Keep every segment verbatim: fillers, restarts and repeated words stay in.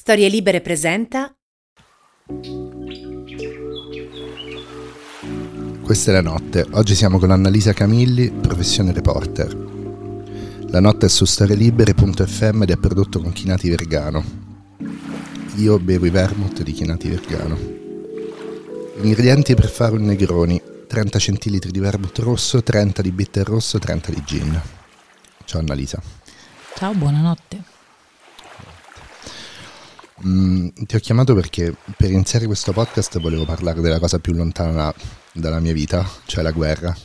Storie Libere presenta. Questa è La Notte. Oggi siamo con Annalisa Camilli, professione reporter. La Notte è su storielibere punto effe emme ed è prodotto con Chinati Vergano. Io bevo i vermouth di Chinati Vergano. Gli ingredienti per fare un Negroni: trenta centilitri di vermouth rosso, trenta di bitter rosso, trenta di gin. Ciao Annalisa. Ciao, buonanotte. Mm, ti ho chiamato perché per iniziare questo podcast volevo parlare della cosa più lontana dalla mia vita, cioè la guerra.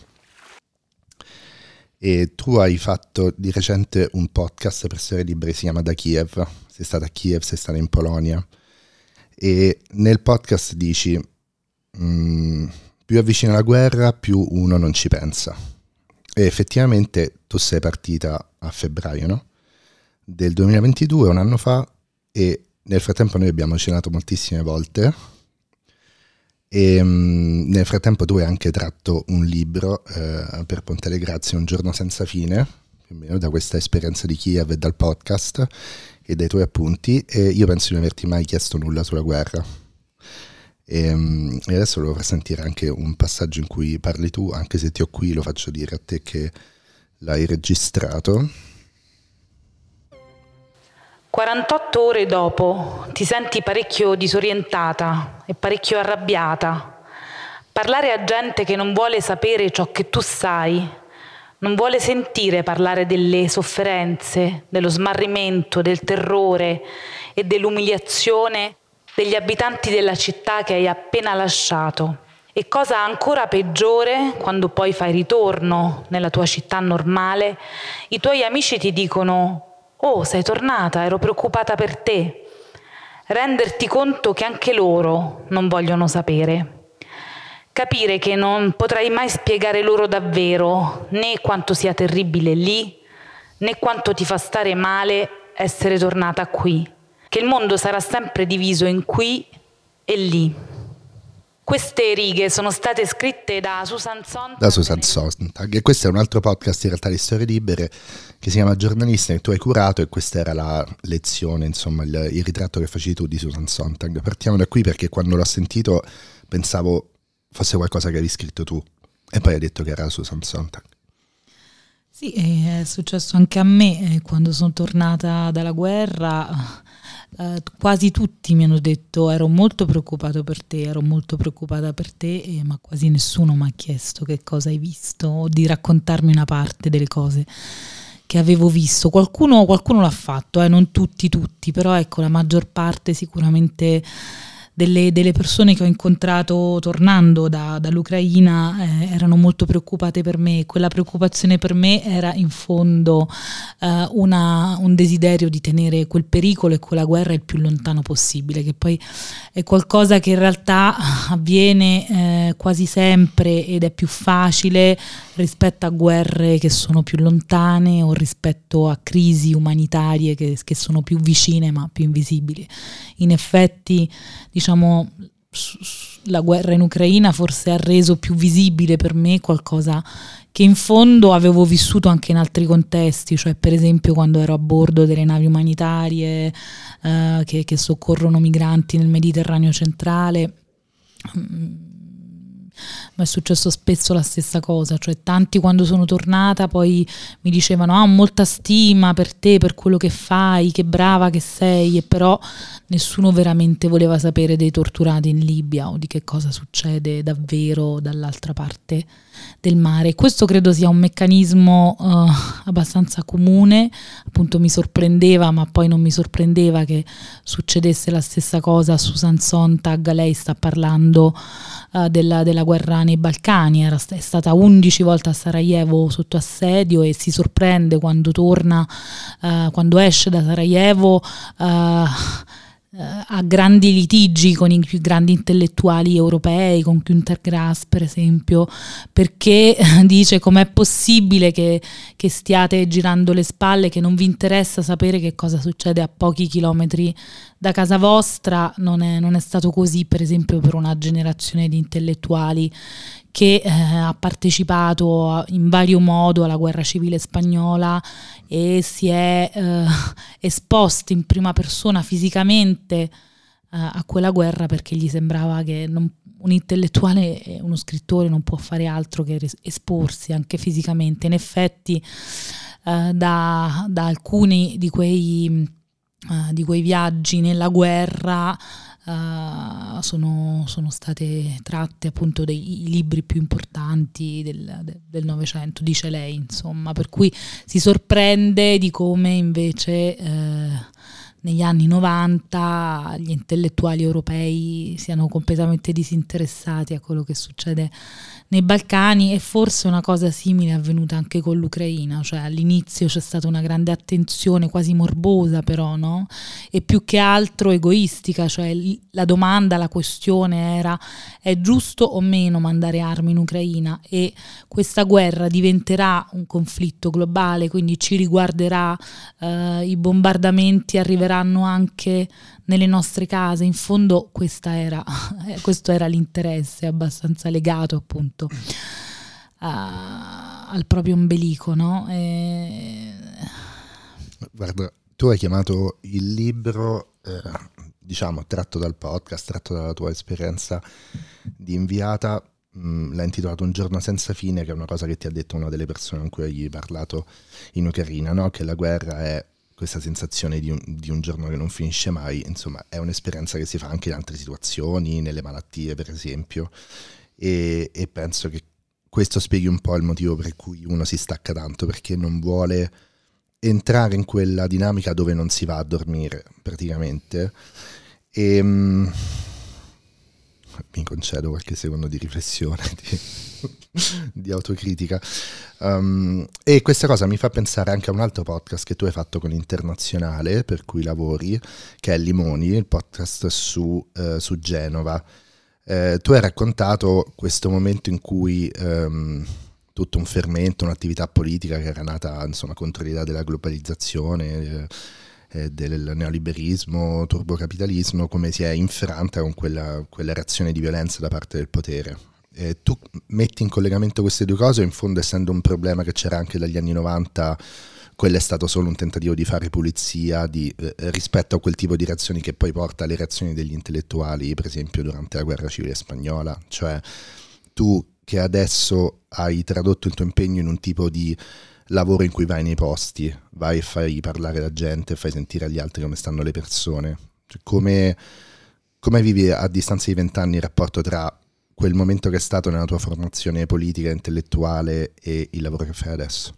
E tu hai fatto di recente un podcast per Storie Libere, si chiama Da Kiev. Sei stata a Kiev, sei stata in Polonia e nel podcast dici mm, più avvicina la guerra più uno non ci pensa. E effettivamente tu sei partita a febbraio, no? Del duemilaventidue, un anno fa, e nel frattempo noi abbiamo cenato moltissime volte e um, nel frattempo tu hai anche tratto un libro eh, per Ponte alle Grazie, Un giorno senza fine, più o meno da questa esperienza di Kiev e dal podcast e dai tuoi appunti, e io penso di non averti mai chiesto nulla sulla guerra. E, um, e adesso volevo far sentire anche un passaggio in cui parli tu, anche se ti ho qui, lo faccio dire a te che l'hai registrato. quarantotto ore dopo ti senti parecchio disorientata e parecchio arrabbiata. Parlare a gente che non vuole sapere ciò che tu sai, non vuole sentire parlare delle sofferenze, dello smarrimento, del terrore e dell'umiliazione degli abitanti della città che hai appena lasciato. E cosa ancora peggiore, quando poi fai ritorno nella tua città normale, i tuoi amici ti dicono: «Oh, sei tornata, ero preoccupata per te». Renderti conto che anche loro non vogliono sapere. Capire che non potrai mai spiegare loro davvero né quanto sia terribile lì, né quanto ti fa stare male essere tornata qui. Che il mondo sarà sempre diviso in qui e lì. Queste righe sono state scritte da Susan Sontag. Da Susan Sontag. E questo è un altro podcast in realtà di Storie Libere che si chiama Giornalista, che tu hai curato, e questa era la lezione, insomma, il, il ritratto che facevi tu di Susan Sontag. Partiamo da qui perché quando l'ho sentito pensavo fosse qualcosa che avevi scritto tu e poi hai detto che era Susan Sontag. Sì, è successo anche a me quando sono tornata dalla guerra. Uh, quasi tutti mi hanno detto: ero molto preoccupato per te, ero molto preoccupata per te, eh, ma quasi nessuno mi ha chiesto che cosa hai visto o di raccontarmi una parte delle cose che avevo visto. Qualcuno, qualcuno l'ha fatto, eh, non tutti tutti, però ecco, la maggior parte sicuramente delle, delle persone che ho incontrato tornando da, dall'Ucraina eh, erano molto preoccupate per me. Quella preoccupazione per me era in fondo eh, una, un desiderio di tenere quel pericolo e quella guerra il più lontano possibile, che poi è qualcosa che in realtà avviene eh, quasi sempre ed è più facile rispetto a guerre che sono più lontane o rispetto a crisi umanitarie che, che sono più vicine ma più invisibili. In effetti, diciamo, la guerra in Ucraina forse ha reso più visibile per me qualcosa che in fondo avevo vissuto anche in altri contesti, cioè per esempio quando ero a bordo delle navi umanitarie eh, che, che soccorrono migranti nel Mediterraneo centrale. Ma è successo spesso la stessa cosa, cioè tanti quando sono tornata poi mi dicevano: ah, ho molta stima per te, per quello che fai, che brava che sei, e però nessuno veramente voleva sapere dei torturati in Libia o di che cosa succede davvero dall'altra parte del mare. Questo credo sia un meccanismo uh, abbastanza comune. Appunto mi sorprendeva, ma poi non mi sorprendeva che succedesse la stessa cosa a Susan Sontag. Lei sta parlando uh, della, della guerra nei Balcani, era, è stata undici volte a Sarajevo sotto assedio e si sorprende quando torna, uh, quando esce da Sarajevo uh, a grandi litigi con i più grandi intellettuali europei, con Günter Grass per esempio, perché dice: com'è possibile che, che stiate girando le spalle, che non vi interessa sapere che cosa succede a pochi chilometri da casa vostra. Non è, non è stato così per esempio per una generazione di intellettuali che eh, ha partecipato in vario modo alla guerra civile spagnola e si è eh, esposto in prima persona fisicamente eh, a quella guerra, perché gli sembrava che non, un intellettuale e uno scrittore non può fare altro che esporsi anche fisicamente. In effetti eh, da, da alcuni di quei, uh, di quei viaggi nella guerra Uh, sono, sono state tratte appunto dei libri più importanti del Novecento, dice lei, insomma, per cui si sorprende di come invece eh, negli anni novanta gli intellettuali europei siano completamente disinteressati a quello che succede nei Balcani, e forse una cosa simile è avvenuta anche con l'Ucraina, cioè all'inizio c'è stata una grande attenzione quasi morbosa, però, no? E più che altro egoistica, cioè la domanda, la questione era: è giusto o meno mandare armi in Ucraina? E questa guerra diventerà un conflitto globale, quindi ci riguarderà, eh, i bombardamenti arriveranno anche nelle nostre case. In fondo questa era, questo era l'interesse, abbastanza legato appunto a, al proprio ombelico, no? E... Guarda, tu hai chiamato il libro, eh, diciamo, tratto dal podcast, tratto dalla tua esperienza di inviata, mh, l'hai intitolato Un giorno senza fine, che è una cosa che ti ha detto una delle persone con cui hai parlato in Ucraina, no? Che la guerra è questa sensazione di un, di un giorno che non finisce mai. Insomma, è un'esperienza che si fa anche in altre situazioni, nelle malattie per esempio, e, e penso che questo spieghi un po' il motivo per cui uno si stacca tanto, perché non vuole entrare in quella dinamica dove non si va a dormire praticamente. E um, mi concedo qualche secondo di riflessione, di, di autocritica. Um, e questa cosa mi fa pensare anche a un altro podcast che tu hai fatto con Internazionale, per cui lavori, che è Limoni, il podcast su, uh, su Genova. Uh, tu hai raccontato questo momento in cui um, tutto un fermento, un'attività politica che era nata, insomma, contro l'idea della globalizzazione, eh, del neoliberismo, turbocapitalismo, come si è infranta con quella, quella reazione di violenza da parte del potere. Eh, tu metti in collegamento queste due cose, o in fondo, essendo un problema che c'era anche dagli anni novanta, quello è stato solo un tentativo di fare pulizia di, eh, rispetto a quel tipo di reazioni che poi porta alle reazioni degli intellettuali, per esempio durante la guerra civile spagnola? Cioè, tu che adesso hai tradotto il tuo impegno in un tipo di lavoro in cui vai nei posti, vai e fai parlare la gente, fai sentire agli altri come stanno le persone, cioè, come, come vivi a distanza di vent'anni il rapporto tra quel momento che è stato nella tua formazione politica e intellettuale e il lavoro che fai adesso?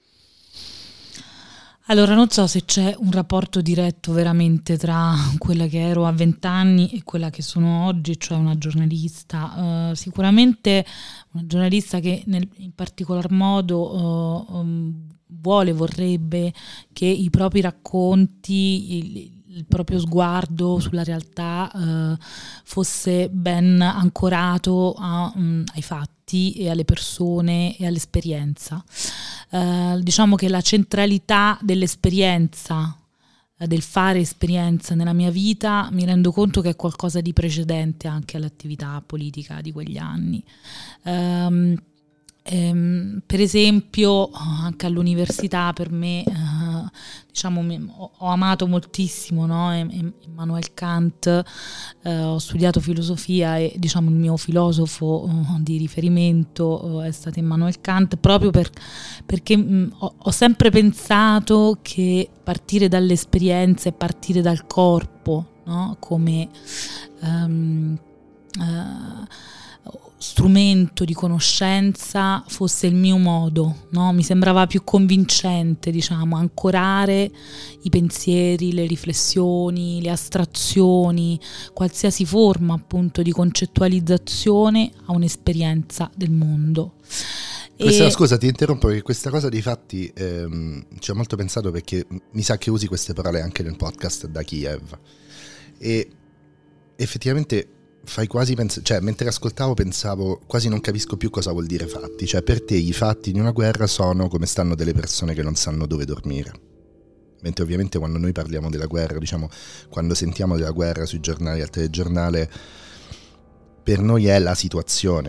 Allora, non so se c'è un rapporto diretto veramente tra quella che ero a vent'anni e quella che sono oggi, cioè una giornalista. Uh, sicuramente una giornalista che nel, in particolar modo uh, um, vuole, vorrebbe che i propri racconti, il, il proprio sguardo sulla realtà uh, fosse ben ancorato a, um, ai fatti e alle persone e all'esperienza. Uh, diciamo che la centralità dell'esperienza, uh, del fare esperienza nella mia vita, mi rendo conto che è qualcosa di precedente anche all'attività politica di quegli anni. Um, ehm, per esempio, anche all'università per me, uh, diciamo, mi, ho, ho amato moltissimo, no? Immanuel Kant, uh, ho studiato filosofia e, diciamo, il mio filosofo uh, di riferimento uh, è stato Immanuel Kant, proprio per, perché mh, ho, ho sempre pensato che partire dall'esperienza e partire dal corpo, no? Come um, uh, strumento di conoscenza fosse il mio modo, no? Mi sembrava più convincente, diciamo, ancorare i pensieri, le riflessioni, le astrazioni, qualsiasi forma appunto di concettualizzazione a un'esperienza del mondo. Questa, e... Scusa, ti interrompo, perché questa cosa di fatti ehm, ci ho molto pensato, perché mi sa che usi queste parole anche nel podcast da Kiev, e effettivamente fai quasi pens- cioè mentre ascoltavo pensavo quasi non capisco più cosa vuol dire fatti. Cioè, per te i fatti di una guerra sono come stanno delle persone che non sanno dove dormire, mentre ovviamente quando noi parliamo della guerra, diciamo, quando sentiamo della guerra sui giornali, al telegiornale, per noi è la situazione,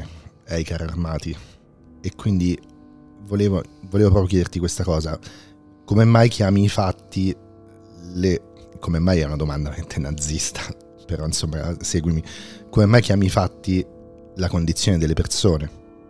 ai carri armati. E quindi volevo, volevo proprio chiederti questa cosa: come mai chiami i fatti le... come mai è una domanda veramente nazista, però insomma seguimi, come mai chiami i fatti la condizione delle persone?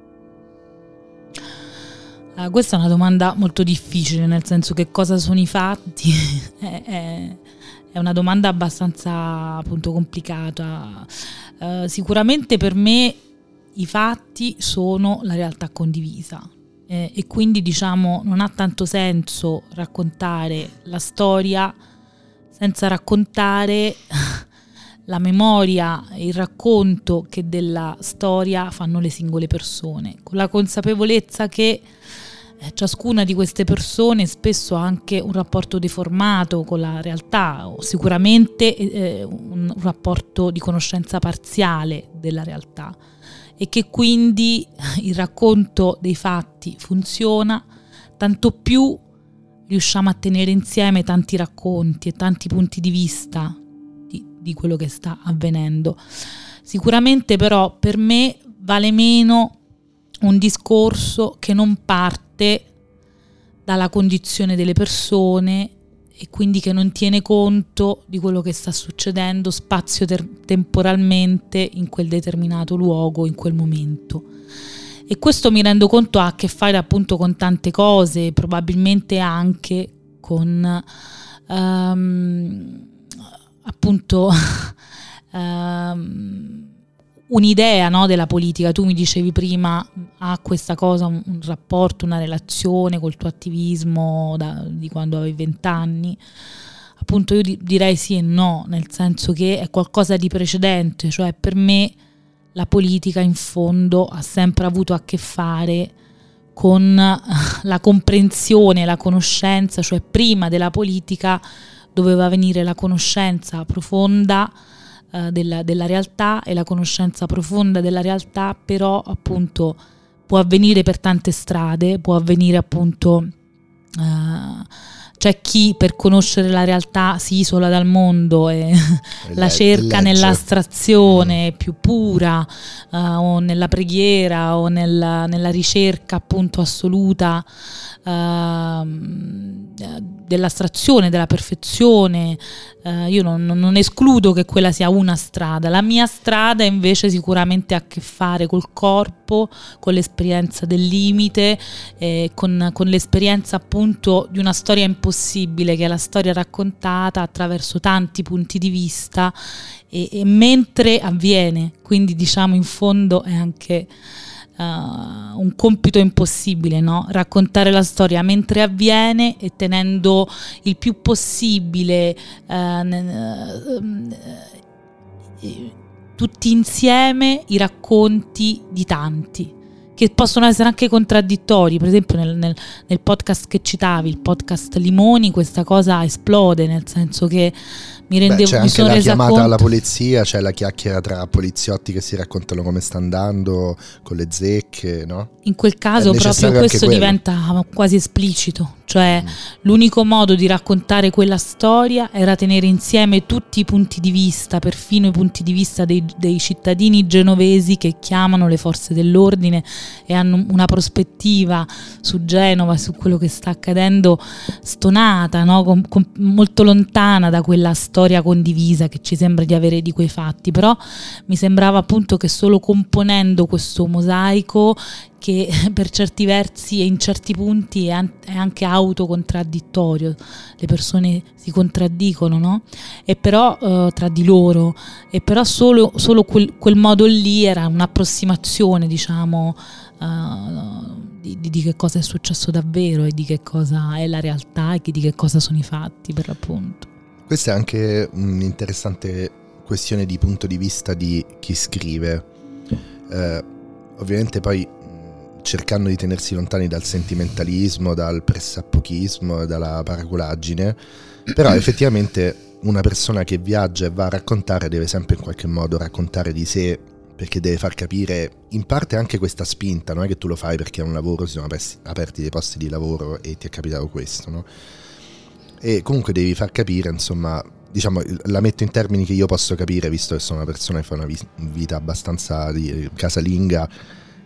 Uh, questa è una domanda molto difficile, nel senso che cosa sono i fatti è, è, è una domanda abbastanza appunto complicata. Uh, sicuramente per me i fatti sono la realtà condivisa, eh, e quindi diciamo non ha tanto senso raccontare la storia senza raccontare la memoria e il racconto che della storia fanno le singole persone, con la consapevolezza che eh, ciascuna di queste persone spesso ha anche un rapporto deformato con la realtà, o sicuramente eh, un, un rapporto di conoscenza parziale della realtà, e che quindi il racconto dei fatti funziona tanto più riusciamo a tenere insieme tanti racconti e tanti punti di vista di, di quello che sta avvenendo. Sicuramente però per me vale meno un discorso che non parte dalla condizione delle persone e quindi che non tiene conto di quello che sta succedendo spazio-temporalmente in quel determinato luogo, in quel momento. E questo, mi rendo conto, ha a che fare appunto con tante cose, probabilmente anche con um, appunto um, un'idea, no, della politica. Tu mi dicevi prima, ha questa cosa un, un rapporto, una relazione col tuo attivismo da, di quando avevi vent'anni? Appunto io di, direi sì e no, nel senso che è qualcosa di precedente, cioè per me la politica in fondo ha sempre avuto a che fare con la comprensione, la conoscenza, cioè prima della politica doveva venire la conoscenza profonda eh, della, della realtà, e la conoscenza profonda della realtà però appunto può avvenire per tante strade, può avvenire appunto... Eh, c'è chi per conoscere la realtà si isola dal mondo e la cerca nell'astrazione più pura, uh, o nella preghiera o nella, nella ricerca appunto assoluta uh, dell'astrazione, della perfezione. Uh, io non, non escludo che quella sia una strada. La mia strada invece sicuramente ha a che fare col corpo, con l'esperienza del limite, eh, con, con l'esperienza appunto di una storia impossibile, che è la storia raccontata attraverso tanti punti di vista e, e mentre avviene, quindi diciamo in fondo è anche uh, un compito impossibile, no? Raccontare la storia mentre avviene e tenendo il più possibile uh, n- uh, tutti insieme i racconti di tanti, che possono essere anche contraddittori. Per esempio nel, nel, nel podcast che citavi, il podcast Limoni, questa cosa esplode, nel senso che mi rendevo, Beh, c'è mi anche sono la resa chiamata conto... alla polizia, c'è la chiacchiera tra poliziotti che si raccontano come sta andando con le zecche, no? In quel caso proprio questo diventa quasi esplicito, cioè mm. l'unico modo di raccontare quella storia era tenere insieme tutti i punti di vista, perfino i punti di vista dei, dei cittadini genovesi che chiamano le forze dell'ordine e hanno una prospettiva su Genova, su quello che sta accadendo, stonata, no? con, con, molto lontana da quella storia condivisa che ci sembra di avere di quei fatti. Però mi sembrava appunto che solo componendo questo mosaico, che per certi versi e in certi punti è anche autocontradittorio, le persone si contraddicono, no? E però eh, tra di loro, e però solo, solo quel, quel modo lì era un'approssimazione, diciamo, uh, di, di che cosa è successo davvero e di che cosa è la realtà e di che cosa sono i fatti, per l'appunto. Questa è anche un'interessante questione di punto di vista di chi scrive. Eh, ovviamente poi cercando di tenersi lontani dal sentimentalismo, dal pressappochismo, dalla paraculaggine, però effettivamente una persona che viaggia e va a raccontare deve sempre in qualche modo raccontare di sé, perché deve far capire in parte anche questa spinta. Non è che tu lo fai perché è un lavoro, si sono aperti dei posti di lavoro e ti è capitato questo, no? E comunque devi far capire, insomma, diciamo, la metto in termini che io posso capire, visto che sono una persona che fa una vita abbastanza di casalinga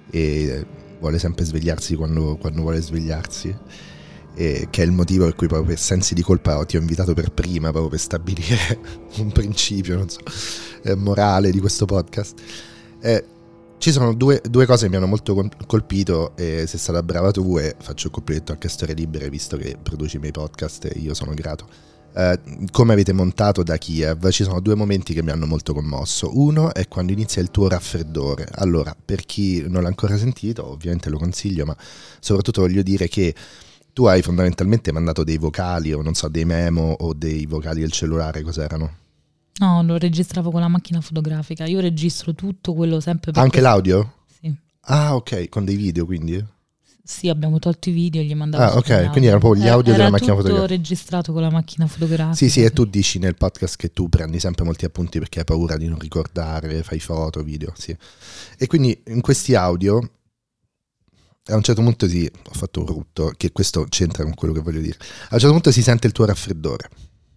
e vuole sempre svegliarsi quando, quando vuole svegliarsi, e che è il motivo per cui proprio per sensi di colpa ti ho invitato per prima, proprio per stabilire un principio, non so, eh, morale di questo podcast. Eh, ci sono due, due cose che mi hanno molto colpito, e sei stata brava tu, e faccio il complimento anche a Storie Libere, visto che produci i miei podcast e io sono grato. Eh, come avete montato da Kiev, ci sono due momenti che mi hanno molto commosso. Uno è quando inizia il tuo raffreddore. Allora, per chi non l'ha ancora sentito, ovviamente lo consiglio, ma soprattutto voglio dire che tu hai fondamentalmente mandato dei vocali, o non so, dei memo o dei vocali del cellulare, cos'erano? No, lo registravo con la macchina fotografica. Io registro tutto quello sempre per Anche questo... l'audio? Sì. Ah, ok, con dei video quindi? Sì, abbiamo tolto i video e gli mandavo. Ah, ok, quindi erano proprio gli audio era, della macchina era tutto fotografica. registrato con la macchina fotografica. Sì, sì, e tu dici nel podcast che tu prendi sempre molti appunti perché hai paura di non ricordare, fai foto, video, sì. E quindi in questi audio, a un certo punto sì, ho fatto un rutto, che questo c'entra con quello che voglio dire. A un certo punto si sente il tuo raffreddore.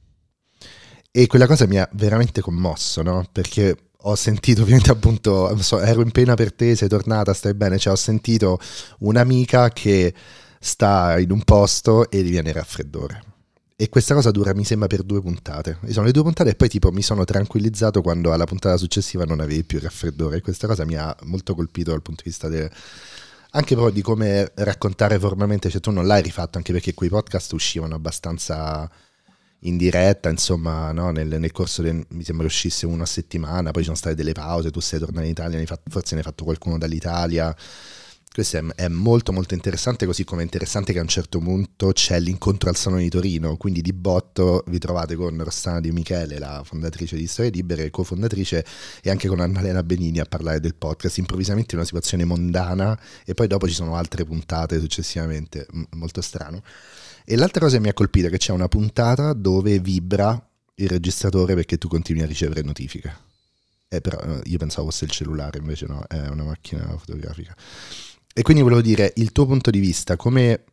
E quella cosa mi ha veramente commosso, no? Perché ho sentito, ovviamente appunto, so, ero in pena per te, sei tornata, stai bene, cioè ho sentito un'amica che sta in un posto e gli viene il raffreddore. E questa cosa dura, mi sembra, per due puntate. E sono le due puntate e poi tipo mi sono tranquillizzato quando alla puntata successiva non avevi più il raffreddore. E questa cosa mi ha molto colpito dal punto di vista del... anche proprio di come raccontare formalmente, cioè tu non l'hai rifatto, anche perché quei podcast uscivano abbastanza in diretta, insomma, no? nel, nel corso del, mi sembra uscisse uno a settimana, poi ci sono state delle pause, tu sei tornato in Italia, ne hai fatto, forse ne hai fatto qualcuno dall'Italia. Questo è, è molto molto interessante, così come è interessante che a un certo punto c'è l'incontro al Salone di Torino, quindi di botto vi trovate con Rossana Di Michele, la fondatrice di Storie Libere, cofondatrice, e anche con Annalena Benini a parlare del podcast, improvvisamente in una situazione mondana, e poi dopo ci sono altre puntate successivamente, m- molto strano. E l'altra cosa che mi ha colpito è che c'è una puntata dove vibra il registratore perché tu continui a ricevere notifiche. Eh, però io pensavo fosse il cellulare, invece no, è una macchina fotografica. E quindi volevo dire, il tuo punto di vista, come...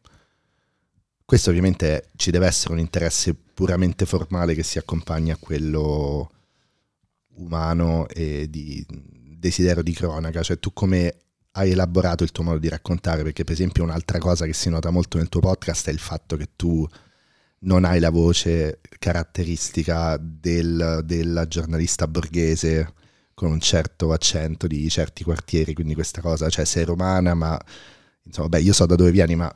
Questo ovviamente ci deve essere un interesse puramente formale che si accompagna a quello umano e di desiderio di cronaca, cioè tu come hai elaborato il tuo modo di raccontare, perché per esempio un'altra cosa che si nota molto nel tuo podcast è il fatto che tu non hai la voce caratteristica del, della giornalista borghese con un certo accento di certi quartieri, quindi questa cosa, cioè sei romana, ma insomma, beh, io so da dove vieni, ma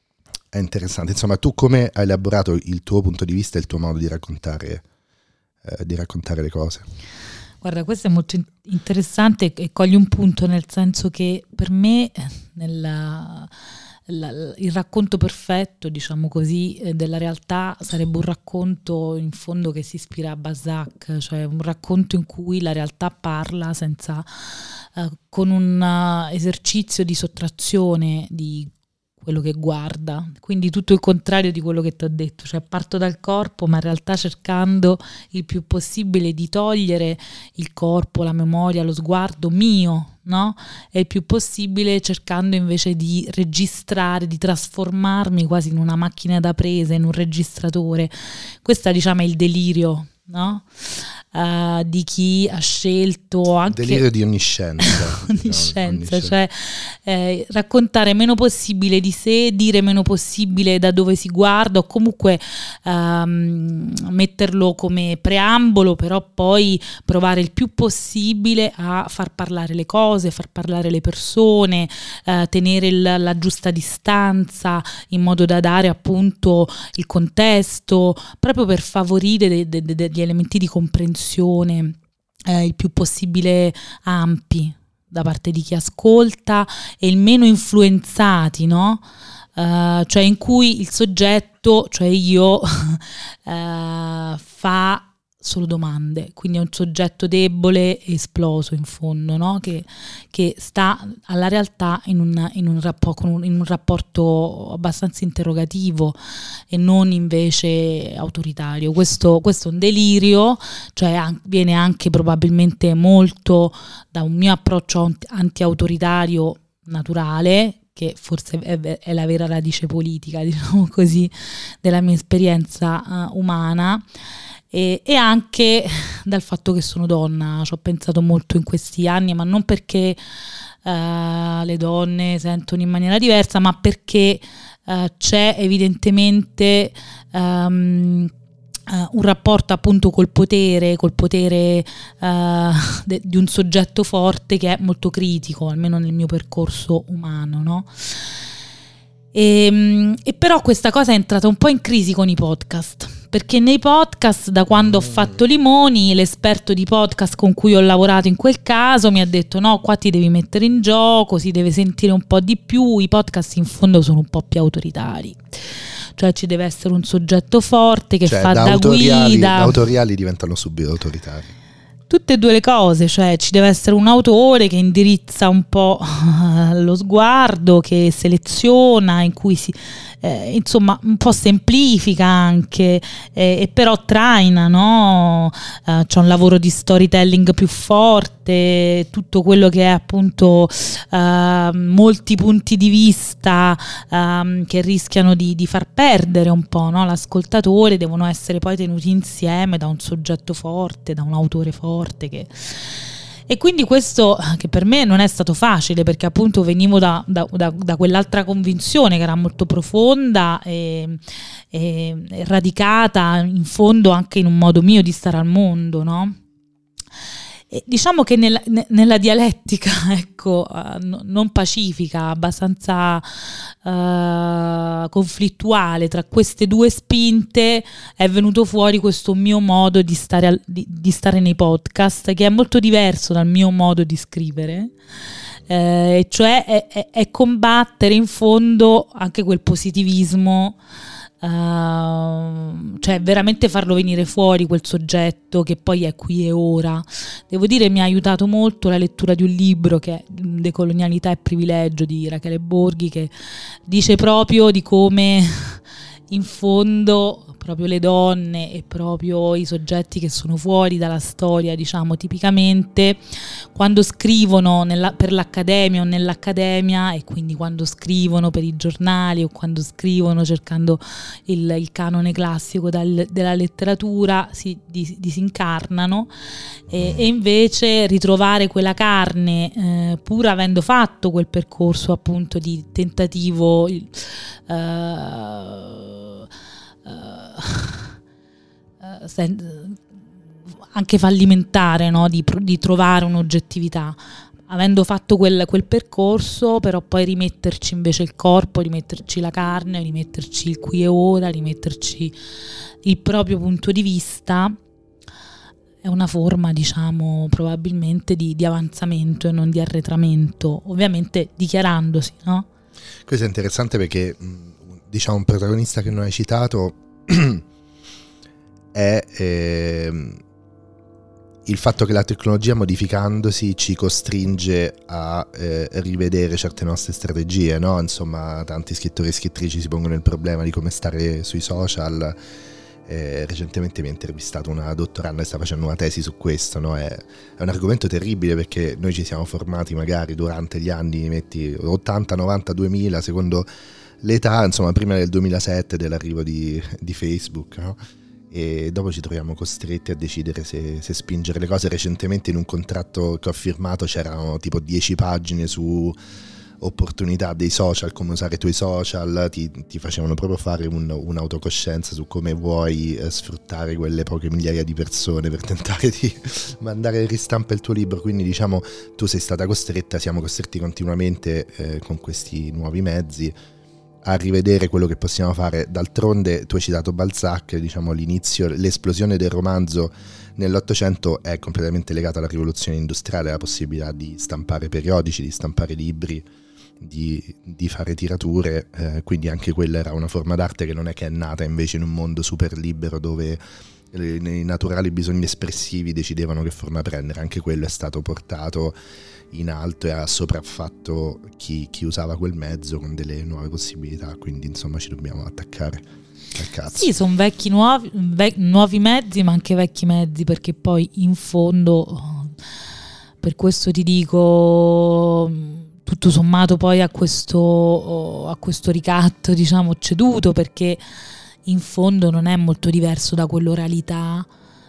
è interessante. Insomma, tu come hai elaborato il tuo punto di vista e il tuo modo di raccontare, eh, di raccontare le cose? Guarda, questo è molto interessante e coglie un punto, nel senso che per me nella... La, il racconto perfetto, diciamo così, eh, della realtà sarebbe un racconto in fondo che si ispira a Balzac, cioè un racconto in cui la realtà parla senza, eh, con un uh, esercizio di sottrazione di quello che guarda, quindi tutto il contrario di quello che ti ho detto, cioè parto dal corpo ma in realtà cercando il più possibile di togliere il corpo, la memoria, lo sguardo mio, no? E il più possibile cercando invece di registrare, di trasformarmi quasi in una macchina da presa, in un registratore. Questo, diciamo, è il delirio, no? Uh, di chi ha scelto anche delirio di onniscienza, onniscienza, diciamo, cioè eh, raccontare meno possibile di sé, dire meno possibile da dove si guarda, o comunque um, metterlo come preambolo, però poi provare il più possibile a far parlare le cose, far parlare le persone, eh, tenere il, la giusta distanza in modo da dare appunto il contesto, proprio per favorire de, de, de, degli elementi di comprensione eh, il più possibile ampi da parte di chi ascolta e il meno influenzati, no? Uh, cioè in cui il soggetto, cioè io, uh, fa solo domande, quindi è un soggetto debole e esploso in fondo, no? Che, che sta alla realtà in un, in, un rappo, con un, in un rapporto abbastanza interrogativo e non invece autoritario. Questo, questo è un delirio, cioè an- viene anche probabilmente molto da un mio approccio anti-autoritario naturale, che forse è, è la vera radice politica, diciamo così, della mia esperienza uh, umana. e, e anche dal fatto che sono donna. Ci ho pensato molto in questi anni, ma non perché uh, le donne sentono in maniera diversa, ma perché uh, c'è evidentemente um, Uh, un rapporto appunto col potere, col potere uh, de- di un soggetto forte che è molto critico, almeno nel mio percorso umano, no? E, e però questa cosa è entrata un po' in crisi con i podcast, perché nei podcast, da quando ho fatto Limoni, l'esperto di podcast con cui ho lavorato in quel caso mi ha detto no, qua ti devi mettere in gioco, si deve sentire un po' di più, i podcast in fondo sono un po' più autoritari. Cioè ci deve essere un soggetto forte che cioè, fa da, da autoriali, guida. da autoriali diventano subito autoritari. Tutte e due le cose, cioè ci deve essere un autore che indirizza un po' lo sguardo, che seleziona, in cui si eh, insomma un po' semplifica anche, eh, e però traina, no? Eh, c'è un lavoro di storytelling più forte, tutto quello che è appunto eh, molti punti di vista eh, che rischiano di, di far perdere un po', no? L'ascoltatore, devono essere poi tenuti insieme da un soggetto forte, da un autore forte che... E quindi questo, che per me non è stato facile, perché appunto venivo da, da, da, da quell'altra convinzione che era molto profonda e, e, e radicata in fondo anche in un modo mio di stare al mondo, no? E diciamo che nella, nella dialettica, ecco, uh, non pacifica, abbastanza uh, conflittuale tra queste due spinte, è venuto fuori questo mio modo di stare, al, di, di stare nei podcast, che è molto diverso dal mio modo di scrivere. Eh, cioè è, è, è combattere in fondo anche quel positivismo, Uh, cioè veramente farlo venire fuori quel soggetto che poi è qui e ora. Devo dire, mi ha aiutato molto la lettura di un libro che è Decolonialità e privilegio di Rachele Borghi, che dice proprio di come in fondo proprio le donne e proprio i soggetti che sono fuori dalla storia, diciamo tipicamente, quando scrivono nella, per l'accademia o nell'accademia, e quindi quando scrivono per i giornali o quando scrivono cercando il, il canone classico dal, della letteratura, si dis, disincarnano e, e invece ritrovare quella carne, eh, pur avendo fatto quel percorso appunto di tentativo, eh, Uh, sen- anche fallimentare, no? di, di trovare un'oggettività, avendo fatto quel, quel percorso, però poi rimetterci invece il corpo, rimetterci la carne, rimetterci il qui e ora, rimetterci il proprio punto di vista, è una forma, diciamo, probabilmente di, di avanzamento e non di arretramento, ovviamente dichiarandosi, no? Questo è interessante perché, diciamo, un protagonista che non hai citato è eh, il fatto che la tecnologia, modificandosi, ci costringe a eh, rivedere certe nostre strategie, no? Insomma, tanti scrittori e scrittrici si pongono il problema di come stare sui social. Eh, recentemente mi ha intervistato una dottoranda che sta facendo una tesi su questo, no? È, è un argomento terribile, perché noi ci siamo formati magari durante gli anni, metti ottanta, novanta, duemila, secondo l'età, insomma prima del duemilasette, dell'arrivo di, di Facebook, no? E dopo ci troviamo costretti a decidere se, se spingere le cose. Recentemente in un contratto che ho firmato c'erano tipo dieci pagine su opportunità dei social, come usare i tuoi social, ti, ti facevano proprio fare un, un'autocoscienza su come vuoi eh, sfruttare quelle poche migliaia di persone per tentare di mandare in ristampa il tuo libro. Quindi diciamo tu sei stata costretta, siamo costretti continuamente eh, con questi nuovi mezzi a rivedere quello che possiamo fare. D'altronde tu hai citato Balzac, diciamo l'inizio, l'esplosione del romanzo nell'Ottocento è completamente legata alla rivoluzione industriale, alla possibilità di stampare periodici, di stampare libri, di, di fare tirature, eh, quindi anche quella era una forma d'arte che non è che è nata invece in un mondo super libero dove i naturali bisogni espressivi decidevano che forma prendere. Anche quello è stato portato in alto e ha sopraffatto chi, chi usava quel mezzo con delle nuove possibilità, quindi insomma ci dobbiamo attaccare al cazzo. Sì, sono vecchi nuovi, vec- nuovi mezzi, ma anche vecchi mezzi, perché poi in fondo, per questo ti dico, tutto sommato poi a questo, a questo ricatto, diciamo, ceduto, perché in fondo non è molto diverso da quell'oralità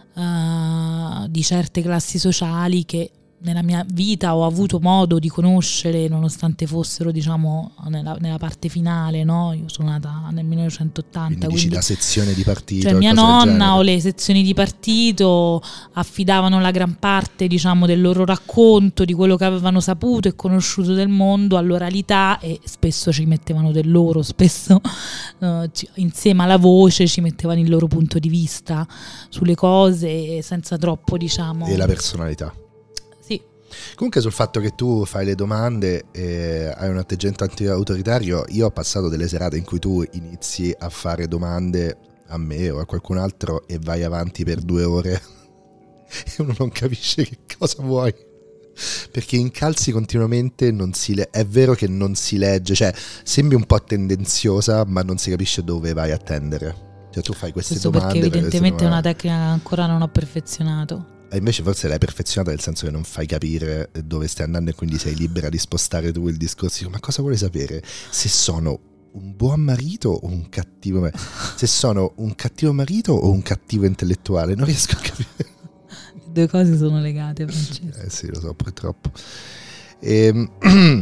uh, di certe classi sociali che nella mia vita ho avuto modo di conoscere, nonostante fossero, diciamo, nella, nella parte finale, no? Io sono nata nel millenovecentottanta. Quindi dici quindi, la sezione di partito. Cioè mia nonna o le sezioni di partito affidavano la gran parte, diciamo, del loro racconto, di quello che avevano saputo e conosciuto del mondo all'oralità, e spesso ci mettevano del loro, spesso uh, ci, insieme alla voce ci mettevano il loro punto di vista sulle cose senza troppo, diciamo... E la personalità. Comunque sul fatto che tu fai le domande e hai un atteggiamento anti-autoritario, io ho passato delle serate in cui tu inizi a fare domande a me o a qualcun altro e vai avanti per due ore e uno non capisce che cosa vuoi, perché incalzi continuamente, non si le- è vero che non si legge, cioè sembri un po' tendenziosa ma non si capisce dove vai a tendere, cioè tu fai queste Questo domande perché evidentemente per è una tecnica che ancora non ho perfezionato. E invece forse l'hai perfezionata, nel senso che non fai capire dove stai andando e quindi sei libera di spostare tu il discorso. Ma cosa vuole sapere? Se sono un buon marito o un cattivo marito? Se sono un cattivo marito o un cattivo intellettuale? Non riesco a capire. Le due cose sono legate, Francesco. Eh sì, lo so, purtroppo. E,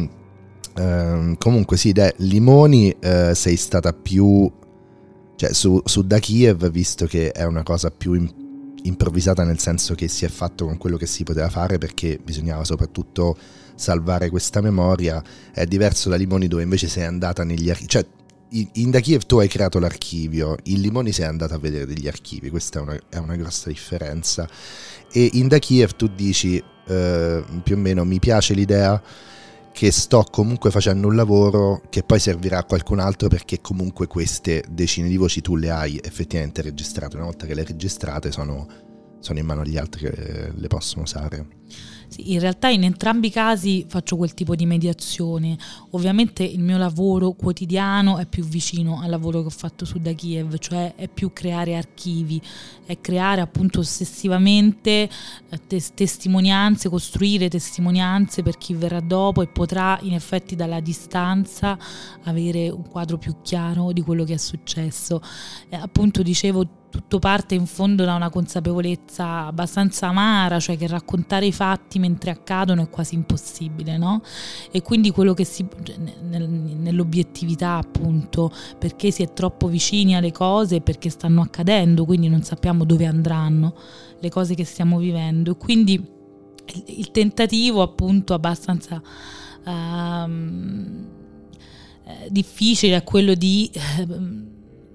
ehm, comunque sì, dai, Limoni, eh, sei stata più... Cioè su, su Da Kiev, visto che è una cosa più... In, improvvisata, nel senso che si è fatto con quello che si poteva fare perché bisognava soprattutto salvare questa memoria, è diverso da Limoni dove invece sei andata negli archivi, cioè in Da Kiev tu hai creato l'archivio, in Limoni sei andata a vedere degli archivi, questa è una, è una grossa differenza, e in Da Kiev tu dici eh, più o meno mi piace l'idea che sto comunque facendo un lavoro che poi servirà a qualcun altro, perché comunque queste decine di voci tu le hai effettivamente registrate, una volta che le hai registrate sono, sono in mano agli altri che le possono usare. Sì, in realtà in entrambi i casi faccio quel tipo di mediazione. Ovviamente il mio lavoro quotidiano è più vicino al lavoro che ho fatto su Da Kiev, cioè è più creare archivi, è creare appunto ossessivamente tes- testimonianze, costruire testimonianze per chi verrà dopo e potrà in effetti dalla distanza avere un quadro più chiaro di quello che è successo. Eh, appunto dicevo, tutto parte in fondo da una consapevolezza abbastanza amara, cioè che raccontare i fatti mentre accadono è quasi impossibile, no? E quindi quello che si nel, nell'obiettività, appunto, perché si è troppo vicini alle cose, perché stanno accadendo, quindi non sappiamo dove andranno le cose che stiamo vivendo, e quindi il, il tentativo appunto abbastanza uh, difficile è quello di uh,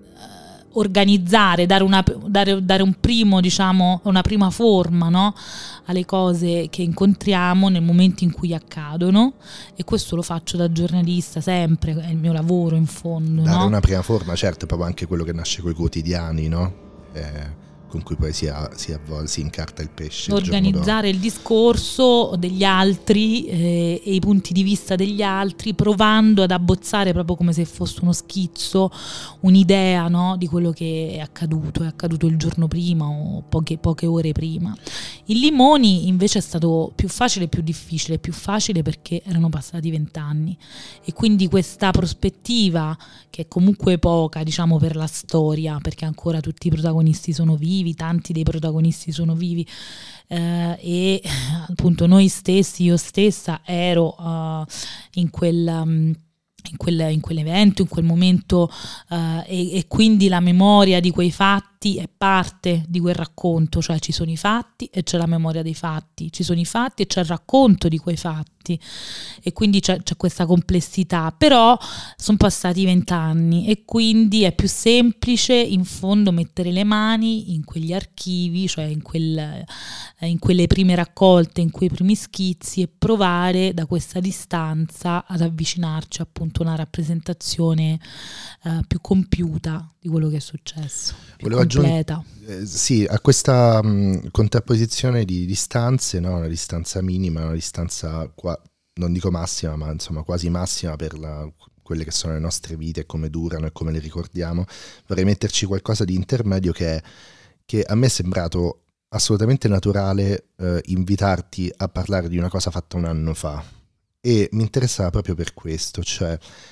organizzare, dare, una, dare, dare un primo, diciamo, una prima forma, no? Alle cose che incontriamo nel momento in cui accadono, e questo lo faccio da giornalista sempre, è il mio lavoro in fondo. Dare no? una prima forma, certo, proprio anche quello che nasce coi quotidiani, no? Eh, con cui poi si, ha, si, avvol- si incarta il pesce. Organizzare il, il discorso degli altri eh, e i punti di vista degli altri, provando ad abbozzare proprio come se fosse uno schizzo, un'idea, no, di quello che è accaduto, è accaduto il giorno prima o poche, poche ore prima. In Limoni invece è stato più facile e più difficile, più facile perché erano passati vent'anni e quindi questa prospettiva, che è comunque poca, diciamo, per la storia, perché ancora tutti i protagonisti sono vivi, tanti dei protagonisti sono vivi, eh, e appunto noi stessi, io stessa ero uh, in quel... Um, In, quel, in quell'evento, in quel momento, uh, e, e quindi la memoria di quei fatti è parte di quel racconto, cioè ci sono i fatti e c'è la memoria dei fatti, ci sono i fatti e c'è il racconto di quei fatti, e quindi c'è, c'è questa complessità, però sono passati vent'anni e quindi è più semplice in fondo mettere le mani in quegli archivi, cioè in, quel, in quelle prime raccolte, in quei primi schizzi, e provare da questa distanza ad avvicinarci appunto a una rappresentazione uh, più compiuta di quello che è successo, più Volevo completa. Aggiung- eh, sì, a questa mh, contrapposizione di distanze, no? Una distanza minima, una distanza qua, non dico massima, ma insomma quasi massima per la, quelle che sono le nostre vite e come durano e come le ricordiamo. Vorrei metterci qualcosa di intermedio che, è, che a me è sembrato assolutamente naturale eh, invitarti a parlare di una cosa fatta un anno fa, e mi interessava proprio per questo, cioè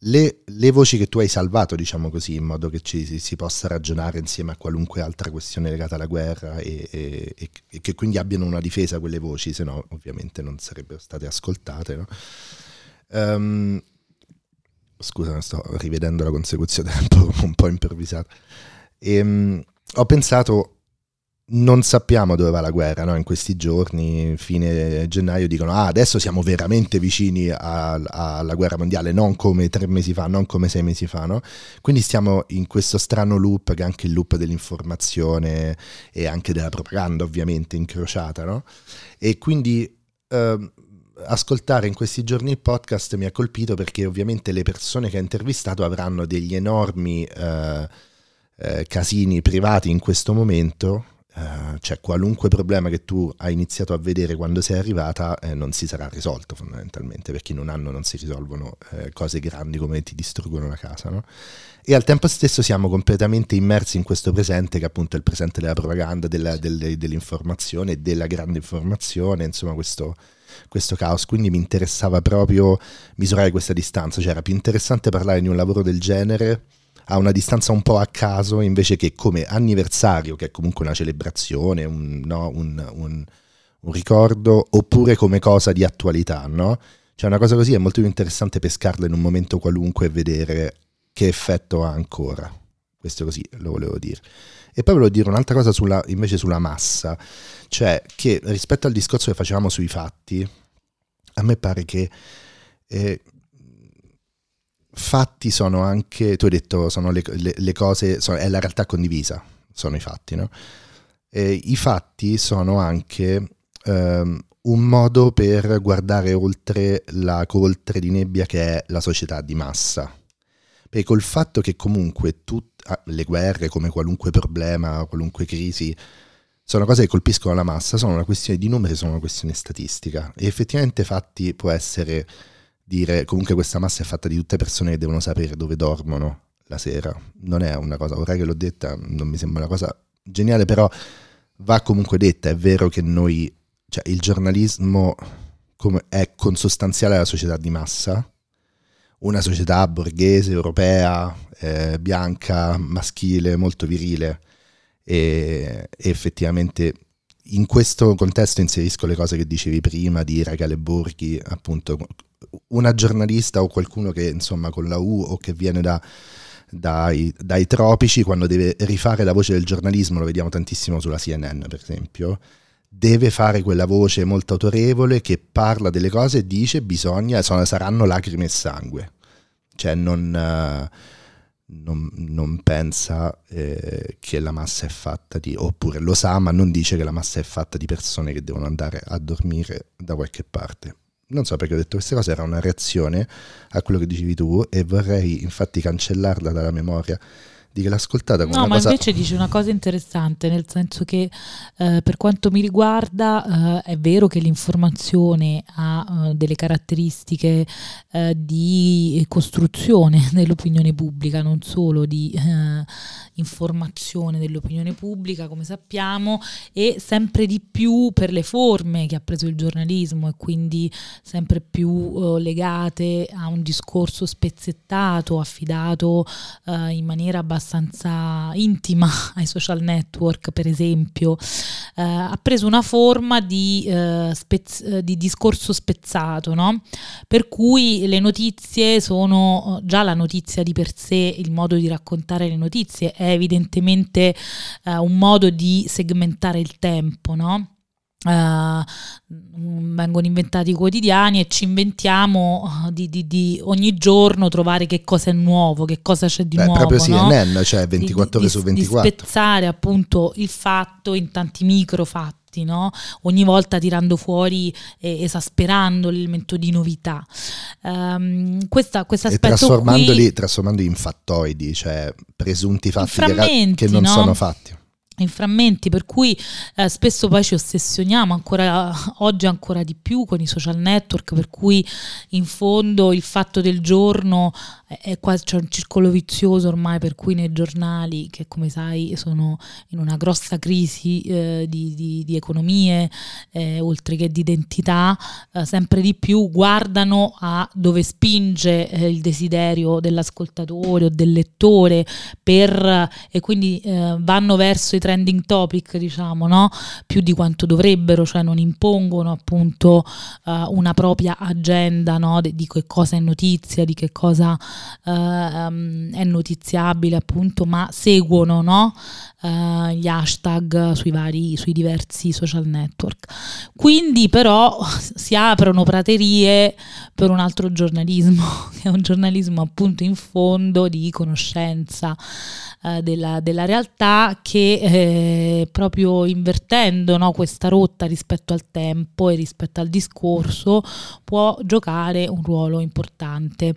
le, le voci che tu hai salvato, diciamo così, in modo che ci si, si possa ragionare insieme a qualunque altra questione legata alla guerra e, e, e, e che quindi abbiano una difesa quelle voci, se no ovviamente non sarebbero state ascoltate, no? Um, scusa, sto rivedendo la consecuzione un po', un po' improvvisata. E, um, ho pensato, non sappiamo dove va la guerra, no? In questi giorni, fine gennaio, dicono ah, adesso siamo veramente vicini a, a, alla guerra mondiale, non come tre mesi fa, non come sei mesi fa, no? Quindi stiamo in questo strano loop, che è anche il loop dell'informazione e anche della propaganda, ovviamente, incrociata, no? E quindi eh, ascoltare in questi giorni il podcast mi ha colpito, perché ovviamente le persone che ha intervistato avranno degli enormi eh, eh, casini privati in questo momento. Uh, cioè qualunque problema che tu hai iniziato a vedere quando sei arrivata eh, non si sarà risolto, fondamentalmente, perché in un anno non si risolvono eh, cose grandi come ti distruggono la casa, no? E al tempo stesso siamo completamente immersi in questo presente, che appunto è il presente della propaganda, della, delle, dell'informazione, della grande informazione, insomma questo, questo caos. Quindi mi interessava proprio misurare questa distanza, cioè era più interessante parlare di un lavoro del genere a una distanza un po' a caso, invece che come anniversario, che è comunque una celebrazione, un, no, un, un, un ricordo, oppure come cosa di attualità, no? Cioè una cosa così è molto più interessante pescarla in un momento qualunque e vedere che effetto ha ancora. Questo così lo volevo dire. E poi volevo dire un'altra cosa sulla, invece sulla massa, cioè che rispetto al discorso che facevamo sui fatti, a me pare che eh, fatti sono anche, tu hai detto, sono le, le, le cose, sono, è la realtà condivisa, sono i fatti, no? E i fatti sono anche um, un modo per guardare oltre la coltre di nebbia che è la società di massa. Perché col fatto che comunque tut, le guerre, come qualunque problema, qualunque crisi, sono cose che colpiscono la massa, sono una questione di numeri, sono una questione statistica. E effettivamente fatti può essere dire comunque questa massa è fatta di tutte persone che devono sapere dove dormono la sera. Non è una cosa, ora che l'ho detta non mi sembra una cosa geniale, però va comunque detta. È vero che noi, cioè il giornalismo come è consostanziale alla società di massa, una società borghese, europea, eh, bianca, maschile, molto virile, e, e effettivamente in questo contesto inserisco le cose che dicevi prima di Rachele Borghi, appunto una giornalista o qualcuno che insomma con la U o che viene da, dai, dai tropici, quando deve rifare la voce del giornalismo, lo vediamo tantissimo sulla C N N per esempio, deve fare quella voce molto autorevole che parla delle cose e dice bisogna, sono, saranno lacrime e sangue, cioè non, non, non pensa eh, che la massa è fatta di, oppure lo sa ma non dice che la massa è fatta di persone che devono andare a dormire da qualche parte. Non so perché ho detto queste cose, era una reazione a quello che dicevi tu e vorrei infatti cancellarla dalla memoria di che l'ha ascoltata come no, una ma cosa... invece dice una cosa interessante, nel senso che eh, per quanto mi riguarda eh, è vero che l'informazione ha eh, delle caratteristiche eh, di costruzione dell'opinione pubblica, non solo di eh, informazione dell'opinione pubblica, come sappiamo, e sempre di più per le forme che ha preso il giornalismo e quindi sempre più eh, legate a un discorso spezzettato, affidato eh, in maniera abbastanza abbastanza intima ai social network, per esempio, eh, ha preso una forma di, eh, spez- di discorso spezzato, no? Per cui le notizie sono già la notizia di per sé, il modo di raccontare le notizie è evidentemente eh, un modo di segmentare il tempo, no? Uh, vengono inventati i quotidiani e ci inventiamo di, di, di ogni giorno trovare che cosa è nuovo, che cosa c'è di Beh, nuovo, proprio no? C N N, cioè ventiquattro di, ore su di, ventiquattro, di spezzare appunto il fatto in tanti micro fatti, no? Ogni volta tirando fuori e esasperando l'elemento di novità. Um, questa, questo aspetto e trasformandoli, qui, trasformandoli in fattoidi, cioè presunti fatti frammenti, che non no? sono fatti. In frammenti, per cui eh, spesso poi ci ossessioniamo ancora oggi ancora di più con i social network, per cui in fondo il fatto del giorno è è quasi, c'è un circolo vizioso ormai, per cui nei giornali, che come sai sono in una grossa crisi eh, di, di, di economie, eh, oltre che di identità, eh, sempre di più guardano a dove spinge eh, il desiderio dell'ascoltatore o del lettore, per, e quindi eh, vanno verso i trending topic, diciamo, no? Più di quanto dovrebbero, cioè non impongono appunto eh, una propria agenda, no? di, di che cosa è notizia, di che cosa Uh, um, è notiziabile, appunto, ma seguono, no? uh, gli hashtag sui vari, sui diversi social network. Quindi però si aprono praterie per un altro giornalismo, che è un giornalismo appunto in fondo di conoscenza uh, della, della realtà, che eh, proprio invertendo, no, questa rotta rispetto al tempo e rispetto al discorso può giocare un ruolo importante.